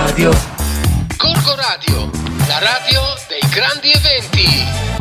Radio. Gorgo Radio, la radio dei grandi eventi.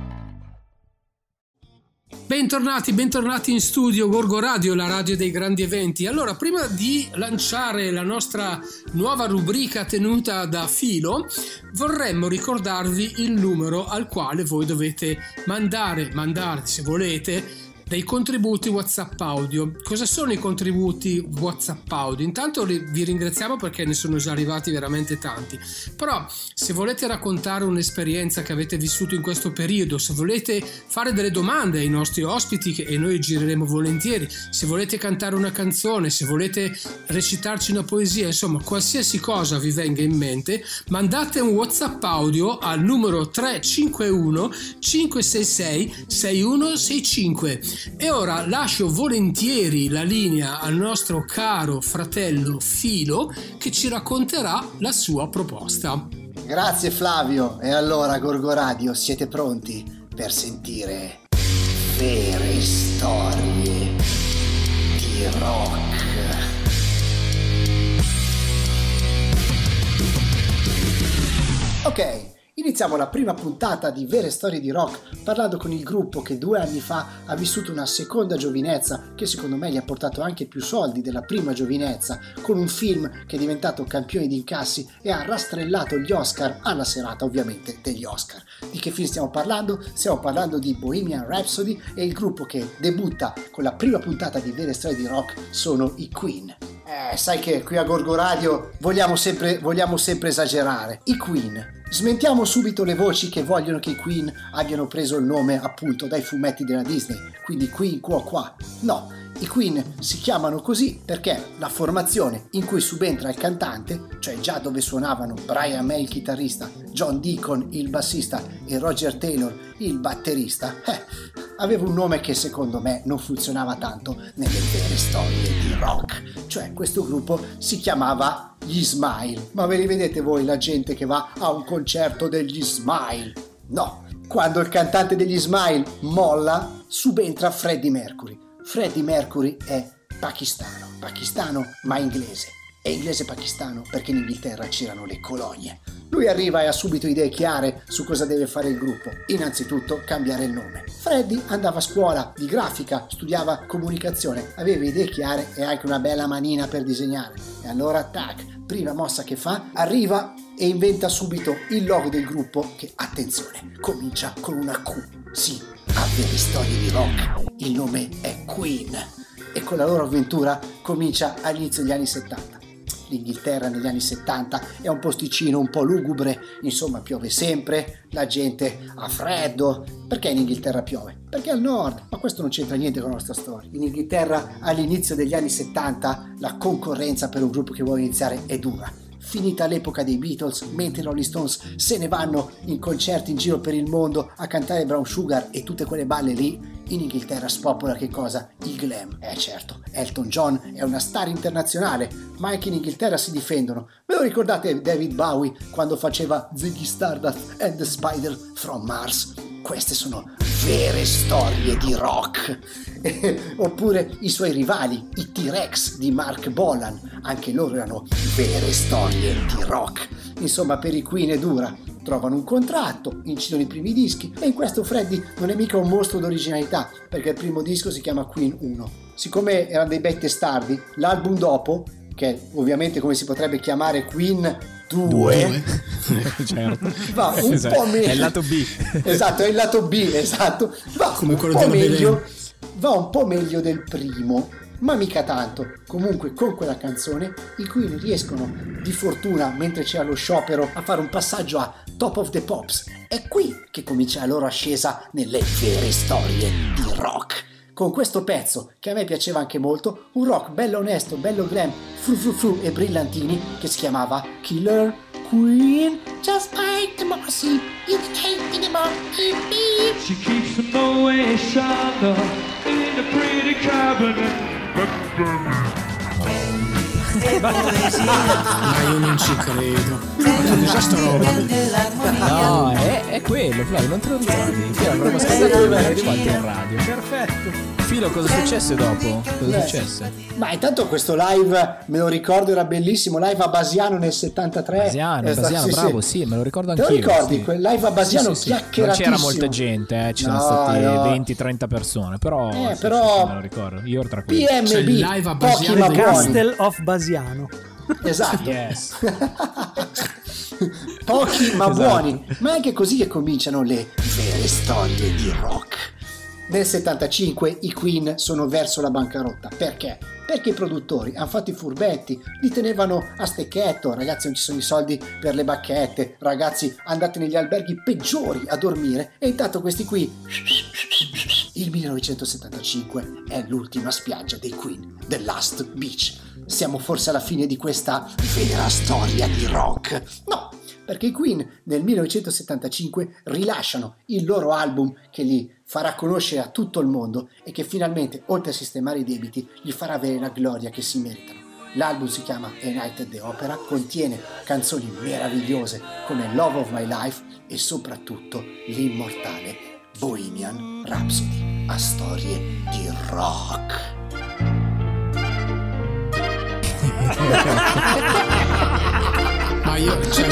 Bentornati in studio, Gorgo Radio, la radio dei grandi eventi. Allora, prima di lanciare la nostra nuova rubrica tenuta da filo, vorremmo ricordarvi il numero al quale voi dovete mandare se volete dei contributi WhatsApp audio. Cosa sono i contributi WhatsApp audio? Intanto vi ringraziamo perché ne sono già arrivati veramente tanti, però se volete raccontare un'esperienza che avete vissuto in questo periodo, se volete fare delle domande ai nostri ospiti e noi gireremo volentieri, se volete cantare una canzone, se volete recitarci una poesia, insomma qualsiasi cosa vi venga in mente, mandate un WhatsApp audio al numero 351 566 6165. E ora lascio volentieri la linea al nostro caro fratello Filo, che ci racconterà la sua proposta. Grazie Flavio. E allora, Gorgo Radio, siete pronti per sentire vere storie di rock? Ok, iniziamo la prima puntata di Vere Storie di Rock parlando con il gruppo che 2 anni fa ha vissuto una seconda giovinezza che secondo me gli ha portato anche più soldi della prima giovinezza, con un film che è diventato campione di incassi e ha rastrellato gli Oscar alla serata ovviamente degli Oscar. Di che film stiamo parlando? Stiamo parlando di Bohemian Rhapsody, e il gruppo che debutta con la prima puntata di Vere Storie di Rock sono i Queen. Sai che qui a Gorgo Radio vogliamo sempre esagerare. I Queen. Smentiamo subito le voci che vogliono che i Queen abbiano preso il nome appunto dai fumetti della Disney, quindi Queen qua. No, i Queen si chiamano così perché la formazione in cui subentra il cantante, cioè già dove suonavano Brian May il chitarrista, John Deacon il bassista e Roger Taylor il batterista, aveva un nome che secondo me non funzionava tanto nelle vere storie di rock. Cioè questo gruppo si chiamava gli Smile. Ma ve li vedete voi la gente che va a un concerto degli Smile? No, quando il cantante degli Smile molla subentra Freddie Mercury. Freddie Mercury è pakistano ma inglese. È inglese pakistano perché in Inghilterra c'erano le colonie. Lui arriva e ha subito idee chiare su cosa deve fare il gruppo. Innanzitutto cambiare il nome. Freddie andava a scuola di grafica, studiava comunicazione, aveva idee chiare e anche una bella manina per disegnare. E allora, tac, prima mossa che fa, arriva e inventa subito il logo del gruppo che, attenzione, comincia con una Q. Sì, a Vere Storie di Rock il nome è Queen. E con la loro avventura comincia all'inizio degli anni 70. L'Inghilterra negli anni 70 è un posticino un po' lugubre, insomma piove sempre, la gente ha freddo. Perché in Inghilterra piove? Perché al nord, ma questo non c'entra niente con la nostra storia. In Inghilterra all'inizio degli anni 70 la concorrenza per un gruppo che vuole iniziare è dura. Finita l'epoca dei Beatles, mentre i Rolling Stones se ne vanno in concerti in giro per il mondo a cantare Brown Sugar e tutte quelle balle lì, in Inghilterra spopola che cosa? Il glam. Certo, Elton John è una star internazionale, ma anche in Inghilterra si difendono. Ve lo ricordate David Bowie quando faceva Ziggy Stardust and the Spider from Mars? Queste sono vere storie di rock. Oppure i suoi rivali, i T-Rex di Mark Bolan, anche loro erano vere storie di rock. Insomma, per i Queen è dura. Trovano un contratto, incidono i primi dischi, e in questo Freddie non è mica un mostro d'originalità, perché il primo disco si chiama Queen 1. Siccome erano dei bei testardi, l'album dopo, che ovviamente come si potrebbe chiamare Queen 2, certo. Va un po' meglio. È il lato B. Esatto, è il lato B, esatto. Va come un quello po' della meglio. Va un po' meglio del primo, ma mica tanto. Comunque con quella canzone i Queen riescono di fortuna, mentre c'è lo sciopero, a fare un passaggio a Top of the Pops. È qui che comincia la loro ascesa nelle vere storie di rock. Con questo pezzo, che a me piaceva anche molto, un rock bello onesto, bello glam, fru e brillantini, che si chiamava Killer Queen. Just like the mossy, you can't anymore. She keeps the motion in the pretty cabinet. Ma io non ci credo. Ma cos'è sta roba? No, è È quello, Flavio, non te lo ricordi? Che avremmo scambiato le volte in radio. Perfetto. Filo, cosa è successo dopo? Cosa è successo? Ma intanto questo live, me lo ricordo, era bellissimo, live a Basiano nel 73. Basiano, Sì, bravo, sì, me lo ricordo Te anch'io. lo ricordi? Sì. Quel live a Basiano Sì. Non chiacchieratissimo. c'era molta gente, ci sono stati 20-30 persone, però, però me lo ricordo. Io ero tra quelli. PMB, C'è il live a pochi Basiano ma dei buoni. Castle of Basiano. Esatto. Yes. Pochi ma Esatto. buoni. Ma è anche così che cominciano le vere storie di rock. Nel 75 i Queen sono verso la bancarotta. Perché? Perché i produttori hanno fatto i furbetti, li tenevano a stecchetto. Ragazzi, non ci sono i soldi per le bacchette, ragazzi, andate negli alberghi peggiori a dormire. E intanto questi qui, il 1975 è l'ultima spiaggia dei Queen, The Last Beach. Siamo forse alla fine di questa vera storia di rock? No, perché i Queen nel 1975 rilasciano il loro album che li farà conoscere a tutto il mondo e che finalmente, oltre a sistemare i debiti, gli farà avere la gloria che si meritano. L'album si chiama A Night at the Opera, contiene canzoni meravigliose come Love of My Life e soprattutto l'immortale Bohemian Rhapsody, a storie di rock. Ma io, cioè,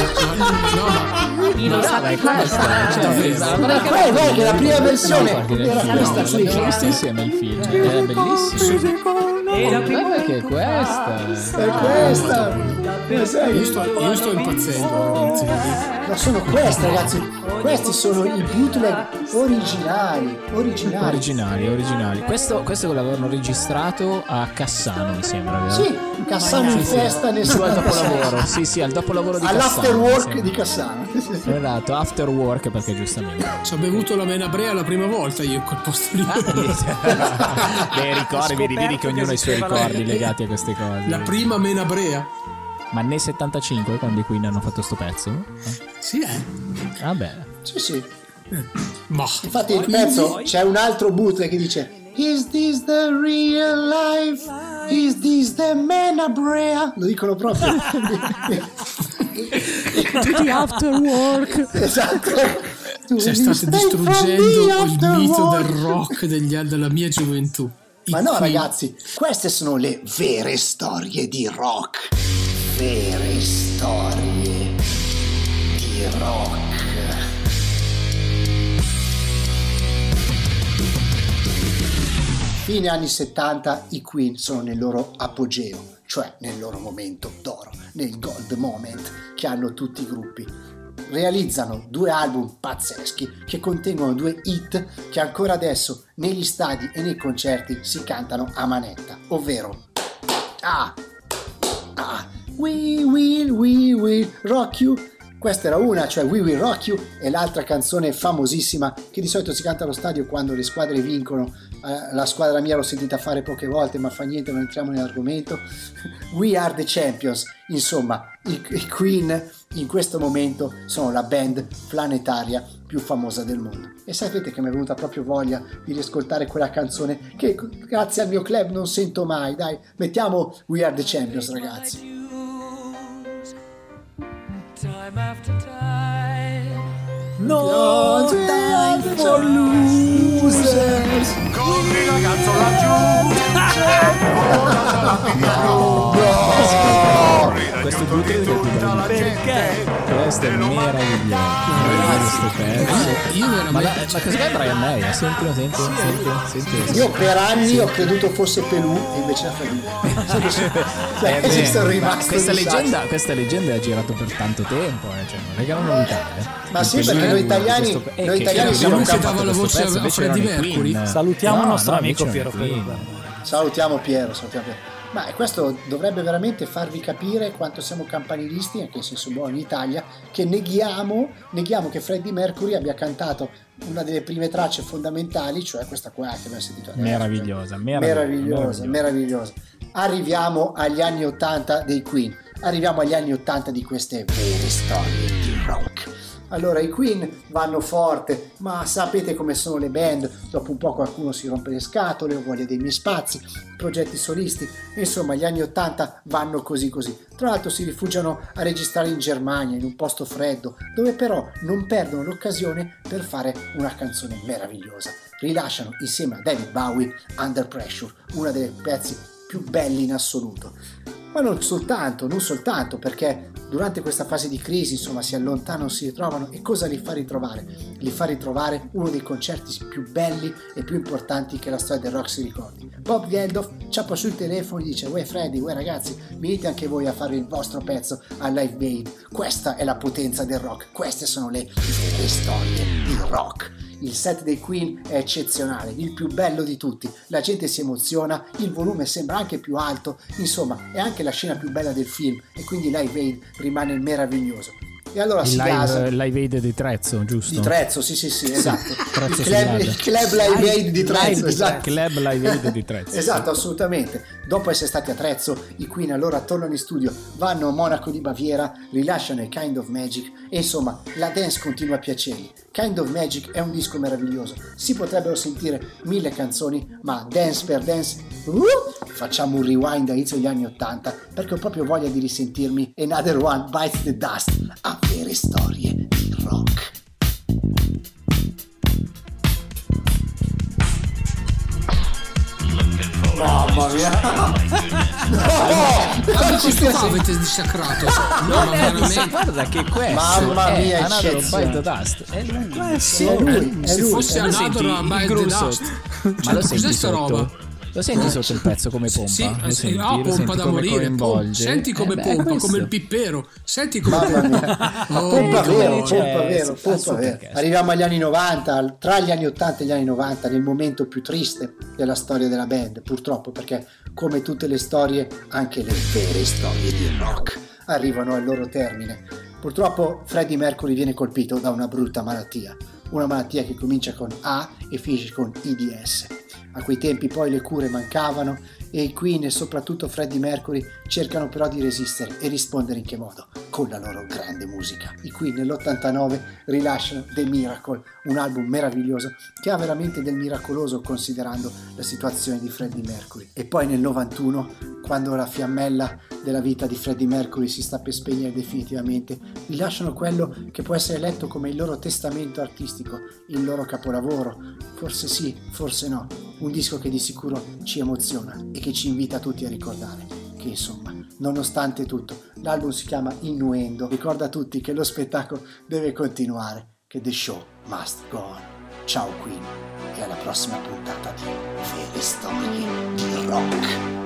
È questa, Guarda che la prima versione era questa qui. L'abbiamo visto insieme il film, è bellissimo. Guarda che è questa. È questa. io sto impazzendo, ragazzi. Ma sono queste, ragazzi. Questi sono i bootleg originali. Originali. Questo l'avevano registrato a Cassano, mi sembra, vero? Sì, Cassano in festa nel Al 76. dopolavoro, sì, al dopolavoro di Cassano. All'after mi work sembra. di Cassano. Esatto, after work, perché giustamente. Ci ho bevuto la menabrea la prima volta io in quel posto lì. Beh, ricordi, vedi che ognuno ha i suoi ricordi legati a queste cose. La prima menabrea. Ma nel 75, quando i Queen hanno fatto sto pezzo? Sì, Vabbè. Sì. Ma Infatti il pezzo c'è un altro bootleg che dice Is this the real life? Is this the menabrea? Lo dicono proprio. To the after work. Esatto. cioè, state distruggendo il mito del rock della mia gioventù. Ma no, ragazzi, queste sono le vere storie di rock. Vere storie di rock. Fine anni 70 i Queen sono nel loro apogeo, cioè nel loro momento d'oro, nel gold moment che hanno tutti i gruppi. Realizzano 2 album pazzeschi che contengono 2 hit che ancora adesso negli stadi e nei concerti si cantano a manetta, ovvero We will rock you. Questa era una, cioè We Will Rock You, e l'altra canzone famosissima che di solito si canta allo stadio quando le squadre vincono. La squadra mia l'ho sentita fare poche volte, ma fa niente, non entriamo nell'argomento. We Are the Champions. Insomma, i Queen in questo momento sono la band planetaria più famosa del mondo. E sapete che mi è venuta proprio voglia di riascoltare quella canzone che grazie al mio club non sento mai. Dai, mettiamo We Are the Champions, ragazzi. Time after time. No time for losers. Corri ragazzo laggiù. Questo bootleg Perché? questo è meraviglioso. Questo pezzo. Io Ma veramente cosa è Brian May? Sentilo. Io per anni ho creduto fosse Pelù e invece era Pelù. Ci sono rimasto questa di leggenda ha girato per tanto tempo, cioè non è che è una novità. Ma sì, perché noi italiani siamo che dava la voce a Freddie Mercury. Salutiamo il nostro amico invece Piero erano i Pelù. Salutiamo Piero. Ma questo dovrebbe veramente farvi capire quanto siamo campanilisti, anche in senso buono, in Italia, che neghiamo che Freddie Mercury abbia cantato una delle prime tracce fondamentali, cioè questa qua che abbiamo sentito adesso. Meravigliosa. Arriviamo agli anni 80 dei Queen, arriviamo agli anni 80 di queste vere storie di rock. Allora i Queen vanno forte, ma sapete come sono le band, dopo un po' qualcuno si rompe le scatole, ho voglia dei miei spazi, progetti solisti, insomma gli anni 80 vanno così così. Tra l'altro si rifugiano a registrare in Germania, in un posto freddo, dove però non perdono l'occasione per fare una canzone meravigliosa. Rilasciano insieme a David Bowie Under Pressure, una dei pezzi più belli in assoluto. Ma non soltanto, perché durante questa fase di crisi, insomma, si allontanano, si ritrovano, e cosa li fa ritrovare? Li fa ritrovare uno dei concerti più belli e più importanti che la storia del rock si ricordi. Bob Geldof ciappa sul telefono e dice: "Uè Freddy, uè ragazzi, venite anche voi a fare il vostro pezzo a Live Aid. Questa è la potenza del rock, queste sono le vere storie del rock." Il set dei Queen è eccezionale, il più bello di tutti, la gente si emoziona, il volume sembra anche più alto, insomma è anche la scena più bella del film e quindi Live Aid rimane meraviglioso. E allora il si gasa. Live Aid di Trezzo, giusto? Di Trezzo, sì, esatto. Trezzo il club Live Aid di Trezzo, esatto. Club Live Aid di Trezzo. Esatto, assolutamente. Dopo essere stati a Trezzo, i Queen allora tornano in studio, vanno a Monaco di Baviera, rilasciano il Kind of Magic e insomma la dance continua a piacerli. Kind of Magic è un disco meraviglioso, si potrebbero sentire 1000 canzoni, ma dance per dance, facciamo un rewind a inizio degli anni 80 perché ho proprio voglia di risentirmi Another One Bites the Dust, a vere storie di rock. Mamma mia! Questo qua avete dissacrato. No, veramente. Guarda che questo Mamma mia, è Another eccezionale. Bite the Dust. È lui. Se fosse Lo senti, Another One Bites the il Dust. Ma lo Cos'è senti sta sotto? roba? Lo senti sotto il pezzo come pompa? Sì, Lo senti, lo pompa senti da come morire. coinvolge? Senti come pompa, questo. come il pippero. Senti come Mamma pompa. mia. Oh, Pompa vero, cioè, pompa vero. Arriviamo agli anni 90, tra gli anni 80 e gli anni 90, nel momento più triste della storia della band, purtroppo, perché come tutte le storie, anche le vere storie di rock arrivano al loro termine. Purtroppo Freddie Mercury viene colpito da una brutta malattia, una malattia che comincia con A e finisce con IDS. A quei tempi poi le cure mancavano e i Queen e soprattutto Freddie Mercury cercano però di resistere e rispondere in che modo? Con la loro grande musica. I Queen nell'89 rilasciano The Miracle, un album meraviglioso che ha veramente del miracoloso considerando la situazione di Freddie Mercury. E poi nel 91, quando la fiammella della vita di Freddie Mercury si sta per spegnere definitivamente, rilasciano quello che può essere letto come il loro testamento artistico, il loro capolavoro, forse sì, forse no, un disco che di sicuro ci emoziona e che ci invita tutti a ricordare che insomma, nonostante tutto, l'album si chiama Innuendo, ricorda a tutti che lo spettacolo deve continuare, che the show must go on. Ciao Queen e alla prossima puntata di Vere Storie di Rock.